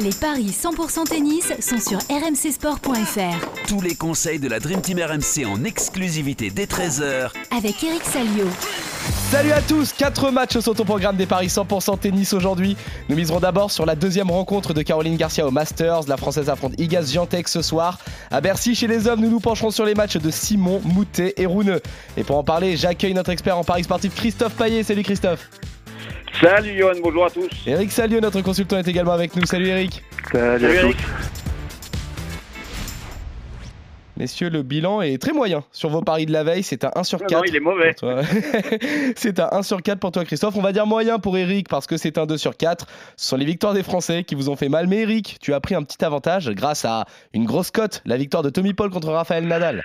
Les paris 100% tennis sont sur rmcsport.fr. Tous les conseils de la Dream Team RMC en exclusivité dès 13h Avec Eric Salio. Salut à tous, 4 matchs sont au programme des paris 100% tennis aujourd'hui. Nous miserons d'abord sur la deuxième rencontre de Caroline Garcia au Masters. La Française affronte Iga Swiatek ce soir. À Bercy, chez les hommes, nous nous pencherons sur les matchs de Simon, Moutet et Rune. Et pour en parler, j'accueille notre expert en paris sportif Christophe Payet. Salut Christophe. Salut Johan, bonjour à tous. Eric Salio, notre consultant, est également avec nous. Salut Eric. Salut Eric. Messieurs, le bilan est très moyen sur vos paris de la veille. C'est un 1 sur 4. Non, il est mauvais. C'est un 1 sur 4 pour toi Christophe. On va dire moyen pour Eric parce que c'est un 2 sur 4. Ce sont les victoires des Français qui vous ont fait mal. Mais Eric, tu as pris un petit avantage grâce à une grosse cote. La victoire de Tommy Paul contre Raphaël Nadal.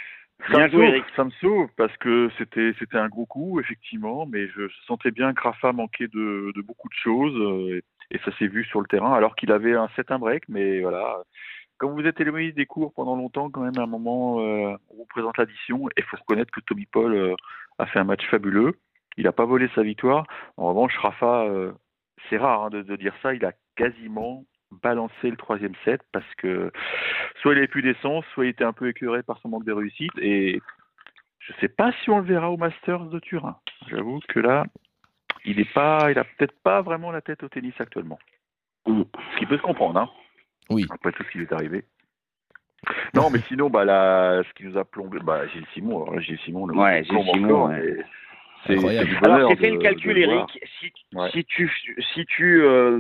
Ça me sauve parce que c'était un gros coup, effectivement, mais je sentais bien que Rafa manquait de beaucoup de choses et ça s'est vu sur le terrain alors qu'il avait un set break, mais voilà. Quand vous êtes éloigné des cours pendant longtemps, quand même, à un moment, on vous présente l'addition et il faut reconnaître que Tommy Paul a fait un match fabuleux. Il n'a pas volé sa victoire. En revanche, Rafa, c'est rare de dire ça, il a quasiment balancer le troisième set parce que soit il n'avait plus d'essence, soit il était un peu écœuré par son manque de réussite et je ne sais pas si on le verra au Masters de Turin. J'avoue que là, il a peut-être pas vraiment la tête au tennis actuellement. Ce qui peut se comprendre, hein. Oui. Après tout ce qui lui est arrivé. Non, mais sinon, ce qui nous a plombé, Gilles Simon. Alors, Gilles Simon, Gilles Simon, ouais. C'est alors j'ai fait le calcul, Eric. Si tu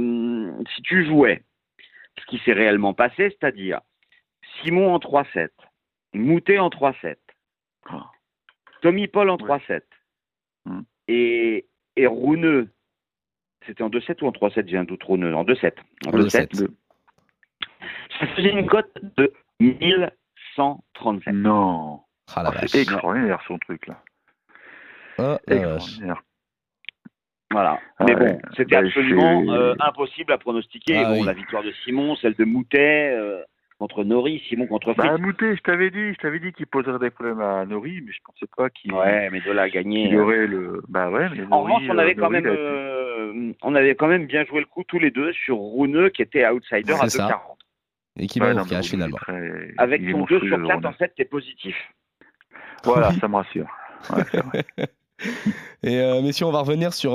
jouais ce qui s'est réellement passé, c'est-à-dire Simon en 3-7, Moutet en 3-7, Tommy Paul en 3-7, et Rune, c'était en 2-7 ou en 3-7, j'ai un doute, Rune, en 2-7. En 2-7. Ça faisait une cote de 1137. Non. C'est extraordinaire son truc là. Extraordinaire. Voilà. Mais bon, c'était absolument impossible à pronostiquer. La victoire de Simon, celle de Moutet contre Nori, Simon contre Fritz. Moutet, je t'avais dit qu'il poserait des problèmes à Nori, mais je pensais pas qu'il. Ouais, mais de là à gagner. Il aurait le. Mais en revanche, on avait quand même bien joué le coup tous les deux sur Rune qui était outsider à 2,40. Et qui va au cash finalement. Avec son 2 sur 4, en fait, t'es positif. Voilà, ça me rassure. Ouais, c'est vrai. Et messieurs, on va revenir sur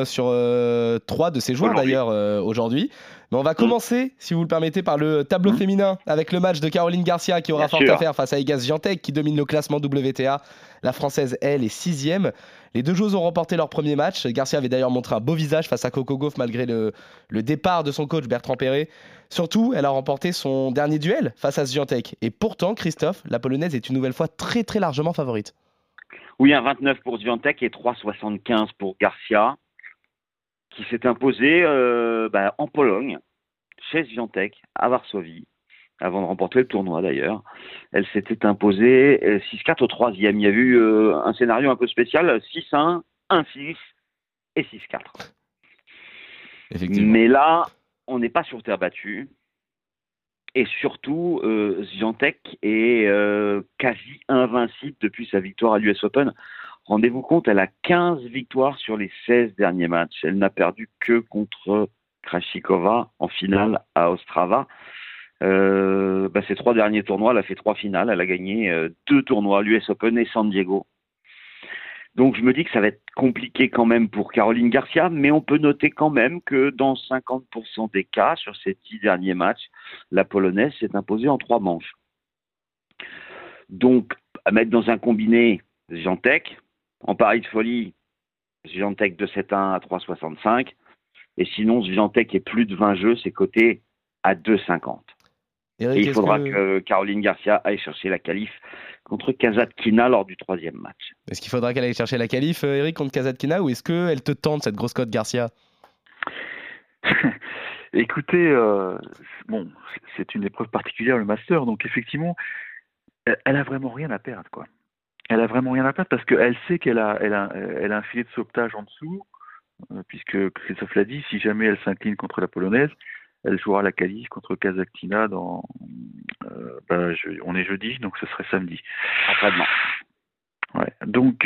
3 de ces joueurs d'ailleurs aujourd'hui. Mais on va commencer, si vous le permettez, par le tableau féminin avec le match de Caroline Garcia qui aura fort à faire face à Iga Swiatek qui domine le classement WTA. La Française, elle, est 6e. Les deux joueuses ont remporté leur premier match. Garcia avait d'ailleurs montré un beau visage face à Coco Gauff malgré le départ de son coach Bertrand Perret. Surtout, elle a remporté son dernier duel face à Swiatek. Et pourtant, Christophe, la Polonaise est une nouvelle fois très très largement favorite. Oui, un 29 pour Swiatek et 3,75 pour Garcia, qui s'est imposé en Pologne, chez Swiatek, à Varsovie, avant de remporter le tournoi d'ailleurs. Elle s'était imposée 6-4 au troisième. Il y a eu un scénario un peu spécial, 6-1, 1-6 et 6-4. Effectivement. Mais là, on n'est pas sur terre battue. Et surtout, Swiatek est quasi invincible depuis sa victoire à l'US Open. Rendez-vous compte, elle a 15 victoires sur les 16 derniers matchs. Elle n'a perdu que contre Krejcikova en finale à Ostrava. Ces 3 derniers tournois, elle a fait 3 finales. Elle a gagné 2 tournois, l'US Open et San Diego. Donc je me dis que ça va être compliqué quand même pour Caroline Garcia, mais on peut noter quand même que dans 50% des cas, sur ces 10 derniers matchs, la Polonaise s'est imposée en 3 manches. Donc, à mettre dans un combiné Swiatek, en pari de folie, Swiatek 2,71 à 3,65, et sinon Swiatek est plus de 20 jeux, c'est coté à 2,50. Eric, et il faudra que Caroline Garcia aille chercher la qualif contre Kasatkina lors du 3e match. Est-ce qu'il faudra qu'elle aille chercher la qualif, Eric, contre Kasatkina, ou est-ce qu'elle te tente, cette grosse cote Garcia? Écoutez, c'est une épreuve particulière, le Master, donc effectivement, elle a vraiment rien à perdre, quoi. Elle a vraiment rien à perdre parce qu'elle sait qu'elle a un filet de sauvetage en dessous, puisque Christophe l'a dit, si jamais elle s'incline contre la Polonaise, elle jouera la qualif contre Kasatkina on est jeudi, donc ce serait samedi. Après-demain. Ouais. Donc,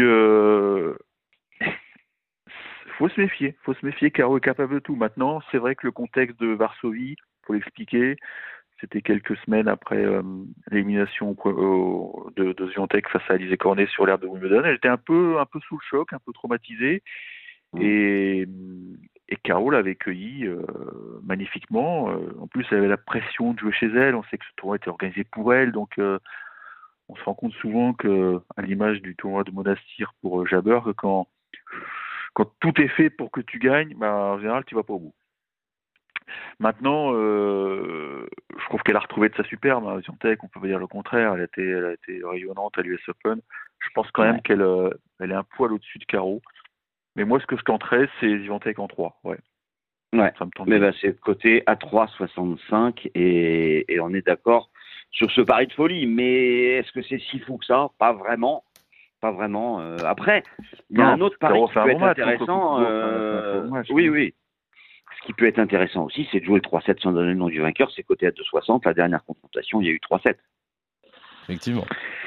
faut se méfier. Caro est capable de tout. Maintenant, c'est vrai que le contexte de Varsovie, pour l'expliquer, c'était quelques semaines après l'élimination de Swiatek face à Alizé Cornet sur l'herbe de Wimbledon. Elle était un peu sous le choc, un peu traumatisée. Et Caro l'avait cueilli magnifiquement. En plus, elle avait la pression de jouer chez elle. On sait que ce tournoi était organisé pour elle. Donc, on se rend compte souvent que, à l'image du tournoi de Monastir pour Jabber, que quand tout est fait pour que tu gagnes, en général, tu vas pas au bout. Maintenant, je trouve qu'elle a retrouvé de sa superbe. Swiatek, on peut pas dire le contraire. Elle a été rayonnante à l'US Open. Je pense quand même qu'elle est un poil au-dessus de Caro. Mais moi, ce que je tenterais, c'est Swiatek en 3. Ouais. Ça me tente. Mais c'est coté à 3,65 et on est d'accord sur ce pari de folie. Mais est-ce que c'est si fou que ça? Pas vraiment. Après, il y a un autre pari qui peut être intéressant. Oui. Ce qui peut être intéressant aussi, c'est de jouer le 3-7 sans donner le nom du vainqueur. C'est coté à 2,60. La dernière confrontation, il y a eu 3-7. Effectivement.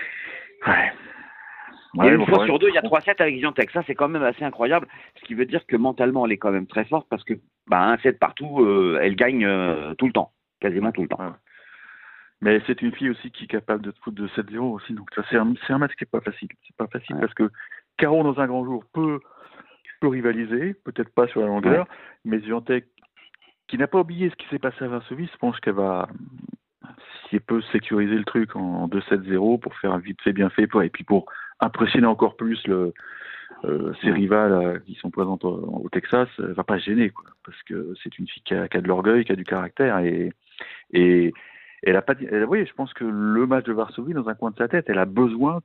Et une fois sur deux, il y a 3-7 avec Swiatek. Ça, c'est quand même assez incroyable. Ce qui veut dire que mentalement, elle est quand même très forte parce que un 7 partout, elle gagne tout le temps. Quasiment tout le temps. Mais c'est une fille aussi qui est capable de te foutre de 7-0 aussi. Donc ça, c'est un match qui n'est pas facile. C'est pas facile parce que Caro, dans un grand jour, peut rivaliser. Peut-être pas sur la longueur. Mais Swiatek, qui n'a pas oublié ce qui s'est passé à Varsovie, je pense qu'elle va... Si elle peut sécuriser le truc en 2-7-0 pour faire un vite fait bien fait, et puis pour impressionner encore plus ses rivales qui sont présentes au Texas, elle va pas se gêner, quoi, parce que c'est une fille qui a de l'orgueil, qui a du caractère, et elle a pas dit, oui, je pense que le match de Varsovie, dans un coin de sa tête, elle a besoin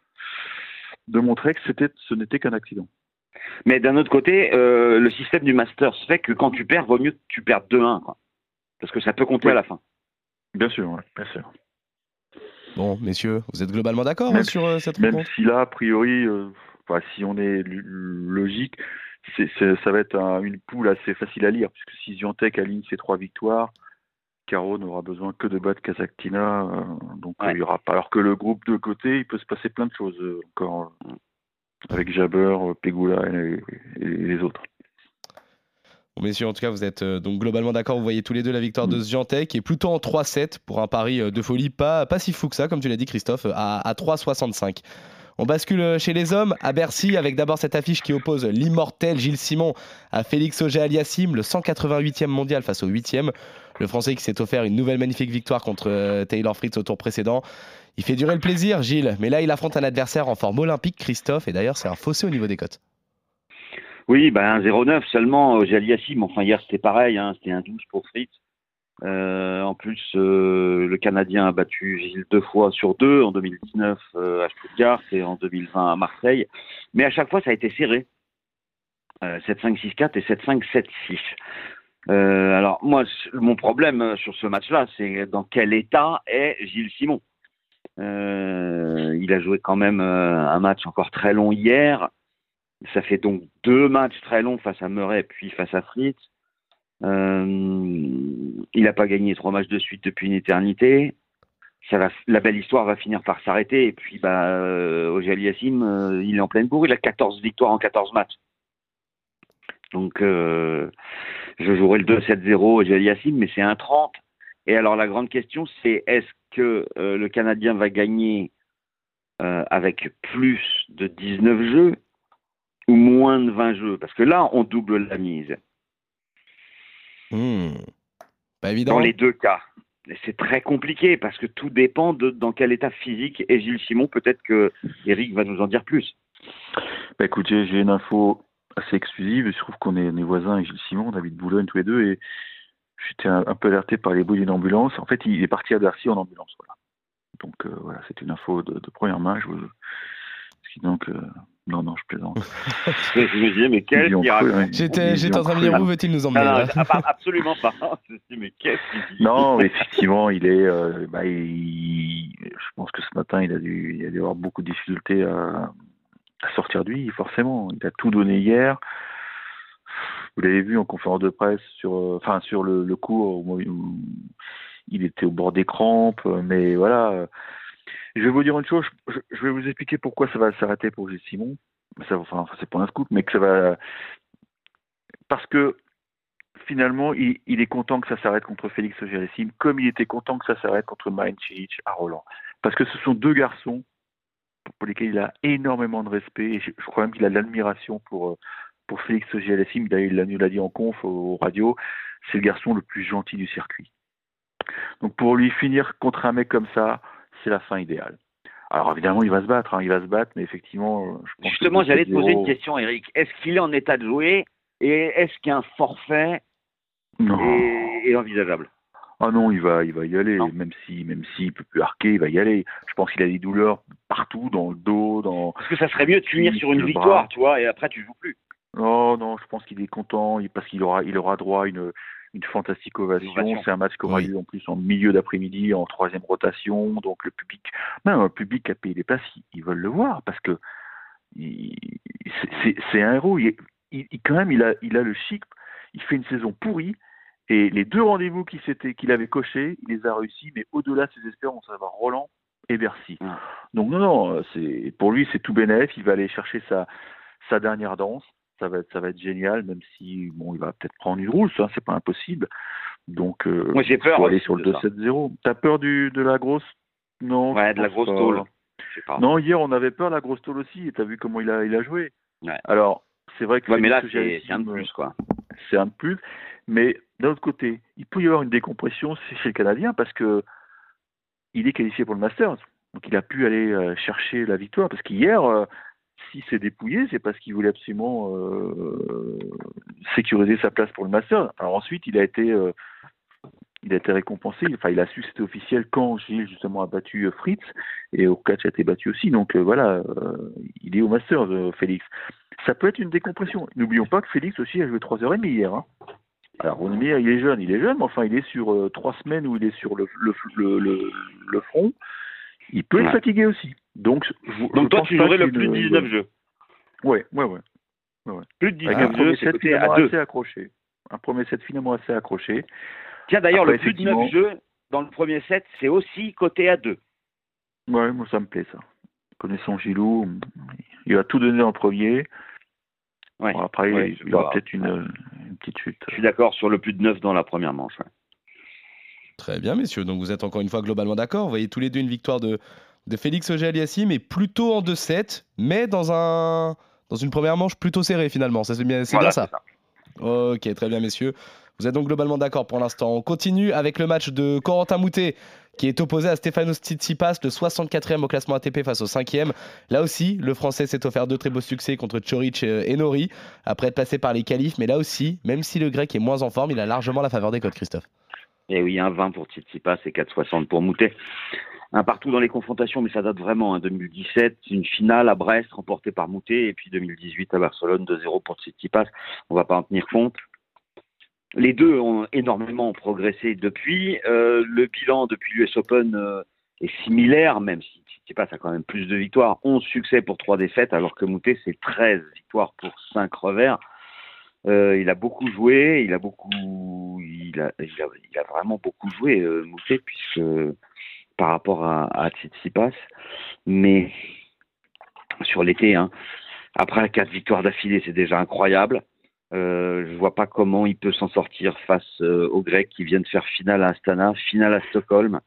de montrer que ce n'était qu'un accident. Mais d'un autre côté, le système du Masters fait que quand tu perds, vaut mieux que tu perdes 2-1, quoi, parce que ça peut compter à la fin. Bien sûr, bien sûr. Bon, messieurs, vous êtes globalement d'accord sur cette rencontre? Même si là, a priori, si on est logique, ça va être une poule assez facile à lire, puisque si Swiatek aligne ses 3 victoires, Caro n'aura besoin que de battre Kasatkina, donc il y aura pas. Alors que le groupe de côté, il peut se passer plein de choses encore avec Jabber, Pegula et les autres. Bon, messieurs, en tout cas, vous êtes donc globalement d'accord. Vous voyez tous les deux la victoire de Swiatek et plutôt en 3-7 pour un pari de folie, pas si fou que ça, comme tu l'as dit, Christophe, à 3,65. On bascule chez les hommes à Bercy avec d'abord cette affiche qui oppose l'immortel Gilles Simon à Félix Auger-Aliassime, le 188e mondial face au 8e. Le Français qui s'est offert une nouvelle magnifique victoire contre Taylor Fritz au tour précédent. Il fait durer le plaisir, Gilles, mais là il affronte un adversaire en forme olympique, Christophe, et d'ailleurs c'est un fossé au niveau des cotes. Oui, 0,9 seulement Auger-Aliassime. Enfin, hier c'était pareil, c'était un 12 pour Fritz. En plus, le Canadien a battu Gilles 2 fois sur 2, en 2019 à Stuttgart et en 2020 à Marseille. Mais à chaque fois, ça a été serré. 7-5, 6-4 et 7-5, 7-6. Alors, moi, mon problème sur ce match-là, c'est dans quel état est Gilles Simon. Il a joué quand même un match encore très long hier. Ça fait donc 2 matchs très longs face à Murray puis face à Fritz. Il n'a pas gagné 3 matchs de suite depuis une éternité. La belle histoire va finir par s'arrêter. Et puis, Auger-Aliassime, il est en pleine bourre. Il a 14 victoires en 14 matchs. Donc, je jouerai le 2-7-0 Auger-Aliassime, mais c'est 1-30. Et alors, la grande question, c'est est-ce que le Canadien va gagner avec plus de 19 jeux ou moins de 20 jeux? Parce que là, on double la mise. Pas évident. Dans les deux cas. C'est très compliqué parce que tout dépend dans quel état physique est Gilles Simon. Peut-être que Eric va nous en dire plus. Écoute, j'ai une info assez exclusive. Je trouve qu'on est voisins avec Gilles Simon, David Boulogne, tous les deux. Et j'étais un peu alerté par les bruits d'une ambulance. En fait, il est parti à Bercy en ambulance. Voilà. Donc, voilà, c'est une info de première main. Donc, non, je plaisante. Je me disais, mais quel miracle. J'étais en train de dire, où veut-il nous emmener? Non, absolument pas. Je me dis, mais qu'est-ce qu'il dit? Non, effectivement, il est. Je pense que ce matin, il a dû avoir beaucoup de difficultés à sortir de lui, forcément. Il a tout donné hier. Vous l'avez vu en conférence de presse sur le cours où il était au bord des crampes, mais voilà. Je vais vous dire une chose, je vais vous expliquer pourquoi ça va s'arrêter pour Gilles Simon. C'est pas un scoop, mais que ça va... Parce que finalement, il est content que ça s'arrête contre Félix Auger-Aliassime, comme il était content que ça s'arrête contre Marin Cilic à Roland. Parce que ce sont deux garçons pour lesquels il a énormément de respect, et je crois même qu'il a de l'admiration pour Félix Auger-Aliassime. Il l'a dit en conf aux radios, c'est le garçon le plus gentil du circuit. Donc pour lui finir contre un mec comme ça, c'est la fin idéale. Alors évidemment, il va se battre, mais effectivement, je pense justement, que j'allais te poser une question, Eric. Est-ce qu'il est en état de jouer et est-ce qu'un forfait est envisageable? Ah non, il va y aller, même s'il peut plus arquer, il va y aller. Je pense qu'il a des douleurs partout, dans le dos, Parce que ça serait mieux de finir sur une victoire, tu vois, et après tu joues plus. Non, je pense qu'il est content, parce qu'il aura droit à une fantastique ovation. C'est un match qui aura lieu en plus en milieu d'après-midi, en 3e rotation, donc le public a payé des places, ils veulent le voir, parce que c'est un héros. Quand même, il a le chic, il fait une saison pourrie. Et les 2 rendez-vous qu'il avait cochés, il les a réussis, mais au-delà de ses espérances, on va voir Roland et Bercy. Donc non, pour lui, c'est tout bénef. Il va aller chercher sa dernière danse. Ça va être génial, même si il va peut-être prendre une rousse, c'est pas impossible. Donc, moi j'ai peur. Faut aller sur le 2-7-0. T'as peur de la grosse? Non. Ouais, de la grosse tôle. Non, hier on avait peur de la grosse tôle aussi. Et t'as vu comment il a joué. Ouais. Alors, c'est vrai que. Ouais, mais là c'est un de plus, quoi. C'est un de plus. Mais d'un autre côté, il peut y avoir une décompression chez le Canadien parce que il est qualifié pour le Masters. Donc il a pu aller chercher la victoire. Parce qu'hier, s'il s'est dépouillé, c'est parce qu'il voulait absolument sécuriser sa place pour le Masters. Alors ensuite, il a été récompensé. Enfin, il a su que c'était officiel quand Gilles justement a battu Fritz et Okac a été battu aussi. Donc voilà, il est au Masters, Félix. Ça peut être une décompression. N'oublions pas que Félix aussi a joué 3h30 hier. Hein. Alors, on dit, il est jeune, mais enfin, il est sur 3 semaines où il est sur le front. Il peut être fatigué aussi. Donc toi, tu jouerais le plus de 19 jeux. Ouais. Plus de 19 jeux, c'est coté à 2. Assez accroché. Un premier set finalement assez accroché. Tiens, d'ailleurs, le plus de 9 jeux dans le premier set, c'est aussi coté à 2. Ouais, moi, ça me plaît, ça. Connaissant Gilou, il va tout donner en premier. Ouais. Bon, après, il y aura peut-être une petite chute. Je suis d'accord sur le plus de 9 dans la première manche. Ouais. Très bien, messieurs. Donc vous êtes encore une fois globalement d'accord. Vous voyez tous les deux une victoire de Félix Auger-Aliassime, mais plutôt en 2-7, mais dans une première manche plutôt serrée finalement. C'est bien ça. Ok, très bien, messieurs. Vous êtes donc globalement d'accord pour l'instant. On continue avec le match de Corentin Moutet, qui est opposé à Stefanos Tsitsipas, le 64e au classement ATP face au 5e. Là aussi, le Français s'est offert 2 très beaux succès contre Coric et Norrie, après être passé par les qualifs. Mais là aussi, même si le Grec est moins en forme, il a largement la faveur des codes, Christophe. Et oui, 1,20 pour Tsitsipas et 4,60 pour Moutet. Un partout dans les confrontations, mais ça date vraiment. 2017, une finale à Brest remportée par Moutet, et puis 2018 à Barcelone, 2-0 pour Tsitsipas. On ne va pas en tenir compte. Les deux ont énormément progressé depuis. Le bilan depuis l'US Open est similaire, même si Tsitsipas a quand même plus de victoires. 11 succès pour 3 défaites, alors que Moutet, c'est 13 victoires pour 5 revers. Il a beaucoup joué, il a vraiment beaucoup joué, Moutet, puisque par rapport à Tsitsipas. Mais sur l'été, après 4 victoires d'affilée, c'est déjà incroyable. Je vois pas comment il peut s'en sortir face aux Grecs qui viennent faire finale à Astana, finale à Stockholm.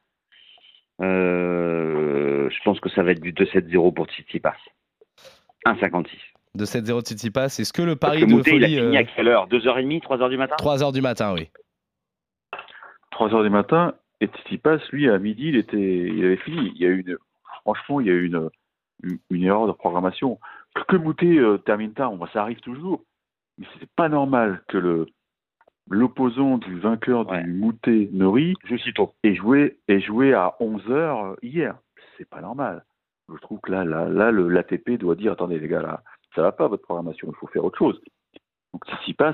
Je pense que ça va être du 2-7-0 pour Tsitsipas. 1,56. 2-7-0 Tsitsipas. Est-ce que le pari de Moutet, folie... il a fini à quelle heure? 2h30, 3h du matin? 3h du matin, oui. 3h du matin, et Tsitsipas, lui, à midi, il avait fini. Il y a eu une erreur de programmation. Que Moutet termine tard, ça arrive toujours. Mais c'est pas normal que l'opposant du vainqueur du Moutet-Norrie ait joué à 11h hier. C'est pas normal. Je trouve que là, l'ATP doit dire, attendez les gars, là, ça va pas votre programmation, il faut faire autre chose. Donc Tsitsipas,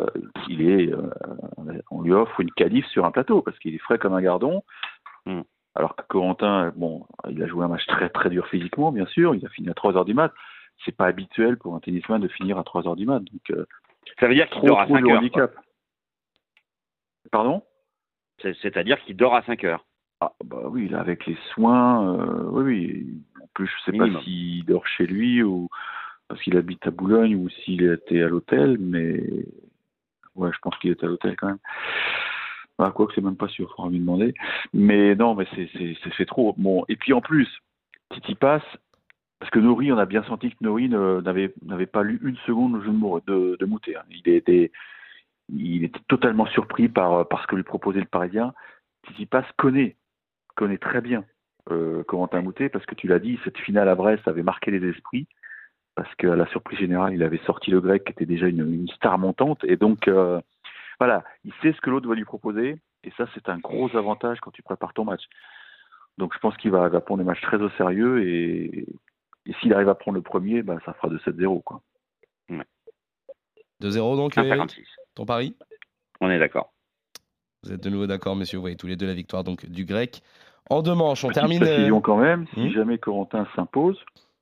on lui offre une qualif sur un plateau parce qu'il est frais comme un gardon. Alors que Corentin, il a joué un match très très dur physiquement, bien sûr. Il a fini à 3h du mat. C'est pas habituel pour un tennisman de finir à 3h du mat. Donc ça veut dire qu'il dort à 5 heures. Handicap. Pardon? C'est-à-dire qu'il dort à 5 heures. Ah bah oui, là avec les soins, oui. En plus, je sais pas s'il dort chez lui ou parce qu'il habite à Boulogne ou s'il était à l'hôtel, mais Ouais, je pense qu'il est à l'hôtel quand même. Bah, quoi que c'est même pas sûr, il faudra lui demander. Mais non, mais c'est trop. Bon, et puis en plus, Tsitsipas, parce que Norrie, on a bien senti que Norrie n'avait pas lu une seconde le jeu de Moutet. Hein. Il était totalement surpris par ce que lui proposait le Parisien. Tsitsipas connaît très bien Corentin Moutet, parce que tu l'as dit, cette finale à Brest avait marqué les esprits, parce qu'à la surprise générale, il avait sorti le Grec qui était déjà une star montante, et donc voilà, il sait ce que l'autre va lui proposer, et ça c'est un gros avantage quand tu prépares ton match. Donc je pense qu'il va prendre des matchs très au sérieux, et s'il arrive à prendre le premier, bah, ça fera de 7-0 quoi. Ouais. 2-0 donc, 1,56. Ton pari ? On est d'accord. Vous êtes de nouveau d'accord, messieurs, vous voyez tous les deux la victoire donc, du Grec. En 2 manches, on Petite termine... précision quand même, si jamais Corentin s'impose,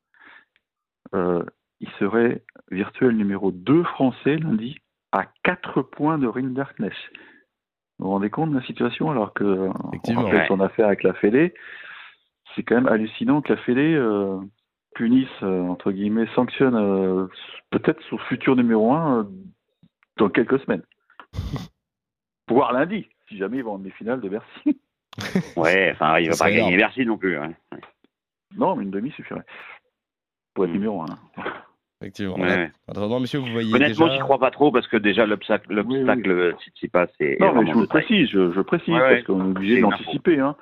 il serait virtuel numéro 2 français lundi, à 4 points de Rinderknecht. Vous vous rendez compte de la situation, alors que on rappelle son affaire avec la Fédé, c'est quand même hallucinant que la Fédé punisse, entre guillemets, sanctionne peut-être son futur numéro 1 dans quelques semaines. Voire lundi, si jamais ils vont en demi-finale de Bercy. Ouais, enfin, il va pas gagner Bercy non plus. Hein. Non, mais une demi suffirait. Pour être numéro 1. Effectivement. Ouais. Autrement, monsieur, vous voyez honnêtement, déjà... j'y crois pas trop, parce que déjà, l'obstacle, Tsitsipas, c'est... Non, mais je vous précise, parce qu'on est obligé d'anticiper. Hein.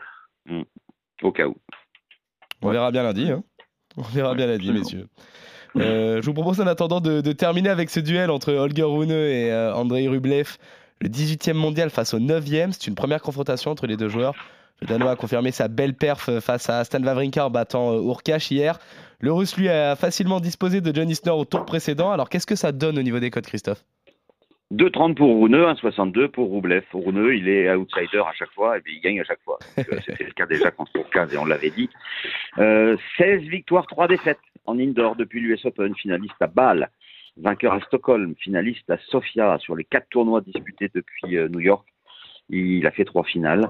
Au cas où. On verra bien lundi. Hein. On verra bien lundi, messieurs. Je vous propose en attendant de terminer avec ce duel entre Holger Rune et Andrei Rublev, le 18e mondial face au 9e. C'est une première confrontation entre les deux joueurs. Le Danois a confirmé sa belle perf face à Stan Wawrinka en battant Hurkacz hier. Le Russe, lui, a facilement disposé de John Isner au tour précédent. Alors, qu'est-ce que ça donne au niveau des codes, Christophe ? 2,30 pour Rune, 1,62 pour Rublev. Rune, il est outsider à chaque fois et puis il gagne à chaque fois. C'était le cas déjà contre Hurkacz et on l'avait dit. 16 victoires, 3 défaites en indoor depuis l'US Open, finaliste à Bâle, vainqueur à Stockholm, finaliste à Sofia sur les 4 tournois disputés depuis New York. Il a fait 3 finales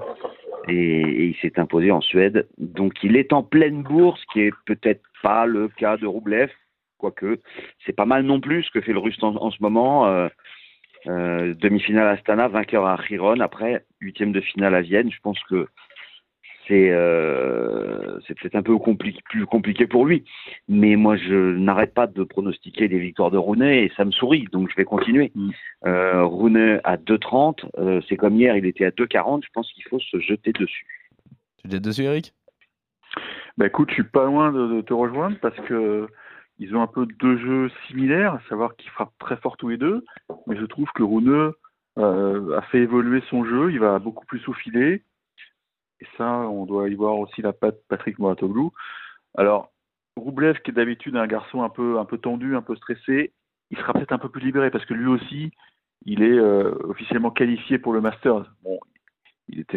et il s'est imposé en Suède. Donc il est en pleine bourse, ce qui est peut-être pas le cas de Rublev, quoique c'est pas mal non plus ce que fait le Russe en ce moment. Demi-finale à Astana, vainqueur à Chiron, après 8e de finale à Vienne. Je pense que c'est peut-être un peu plus compliqué pour lui. Mais moi, je n'arrête pas de pronostiquer les victoires de Rune et ça me sourit, donc je vais continuer. Rune à 2,30, c'est comme hier, il était à 2,40. Je pense qu'il faut se jeter dessus. Tu te jettes dessus, Eric ? Bah écoute, je suis pas loin de te rejoindre parce que ils ont un peu deux jeux similaires, à savoir qu'ils frappent très fort tous les deux, mais je trouve que Rune a fait évoluer son jeu, il va beaucoup plus au filet, et ça, on doit y voir aussi la patte Patrick Mouratoglou. Alors, Rublev, qui est d'habitude un garçon un peu tendu, un peu stressé, il sera peut-être un peu plus libéré, parce que lui aussi, il est officiellement qualifié pour le Masters. Bon, il était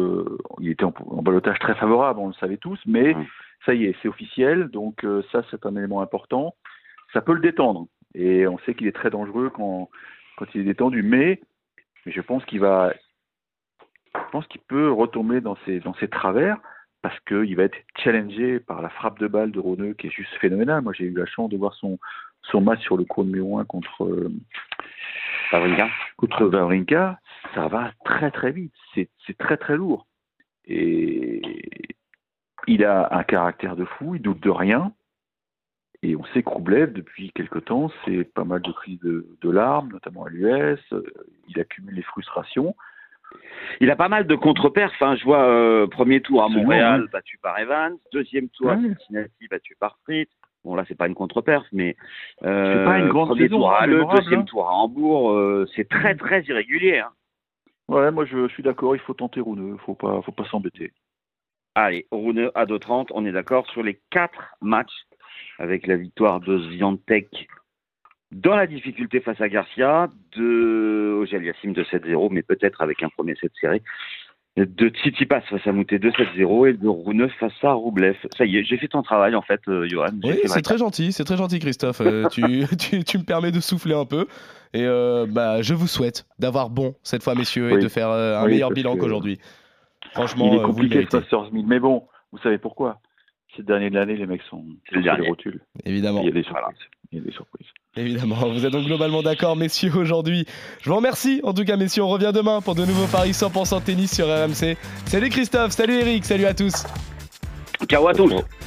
en ballottage très favorable, on le savait tous, mais ça y est, c'est officiel, donc ça c'est un élément important. Ça peut le détendre, et on sait qu'il est très dangereux quand il est détendu, mais je pense qu'il peut retomber dans ses travers, parce qu'il va être challengé par la frappe de balle de Rune, qui est juste phénoménale. Moi j'ai eu la chance de voir son match sur le court numéro 1 contre Wawrinka. Ça va très très vite, c'est très très lourd. Et il a un caractère de fou, il doute de rien. Et on sait que Rublev, depuis quelque temps, c'est pas mal de crises de larmes, notamment à l'US. Il accumule les frustrations. Il a pas mal de contre-perfs. Hein. Je vois premier tour à Montréal, battu par Evans. Deuxième tour à Cincinnati, battu par Fritz. Bon, là, c'est pas une contre-perf, mais c'est pas une grande premier saison, tour à Le, deuxième tour à Hambourg, c'est très, très irrégulier. Hein. Ouais, moi, je suis d'accord, il faut tenter Rune, faut pas s'embêter. Allez, Rune à 2,30, on est d'accord sur les 4 matchs, avec la victoire de Swiatek dans la difficulté face à Garcia, de Auger-Aliassime de 7-0, mais peut-être avec un premier set serré, de Tsitsipas face à Moutet de 7-0 et de Rune face à Rublev. Ça y est, j'ai fait ton travail en fait, Johan. Oui, c'est très gentil, Christophe. tu me permets de souffler un peu. Et je vous souhaite d'avoir bon cette fois, messieurs, et de faire un meilleur bilan qu'aujourd'hui. Franchement, il est compliqué ce Masters 1000, mais bon, vous savez pourquoi. Ces derniers de l'année, les mecs sont sur les rotules. Évidemment. Il y a des surprises. Évidemment, vous êtes donc globalement d'accord, messieurs, aujourd'hui. Je vous remercie, en tout cas, messieurs. On revient demain pour de nouveaux paris 100% tennis sur RMC. Salut Christophe, salut Eric, salut à tous. Ciao à tous.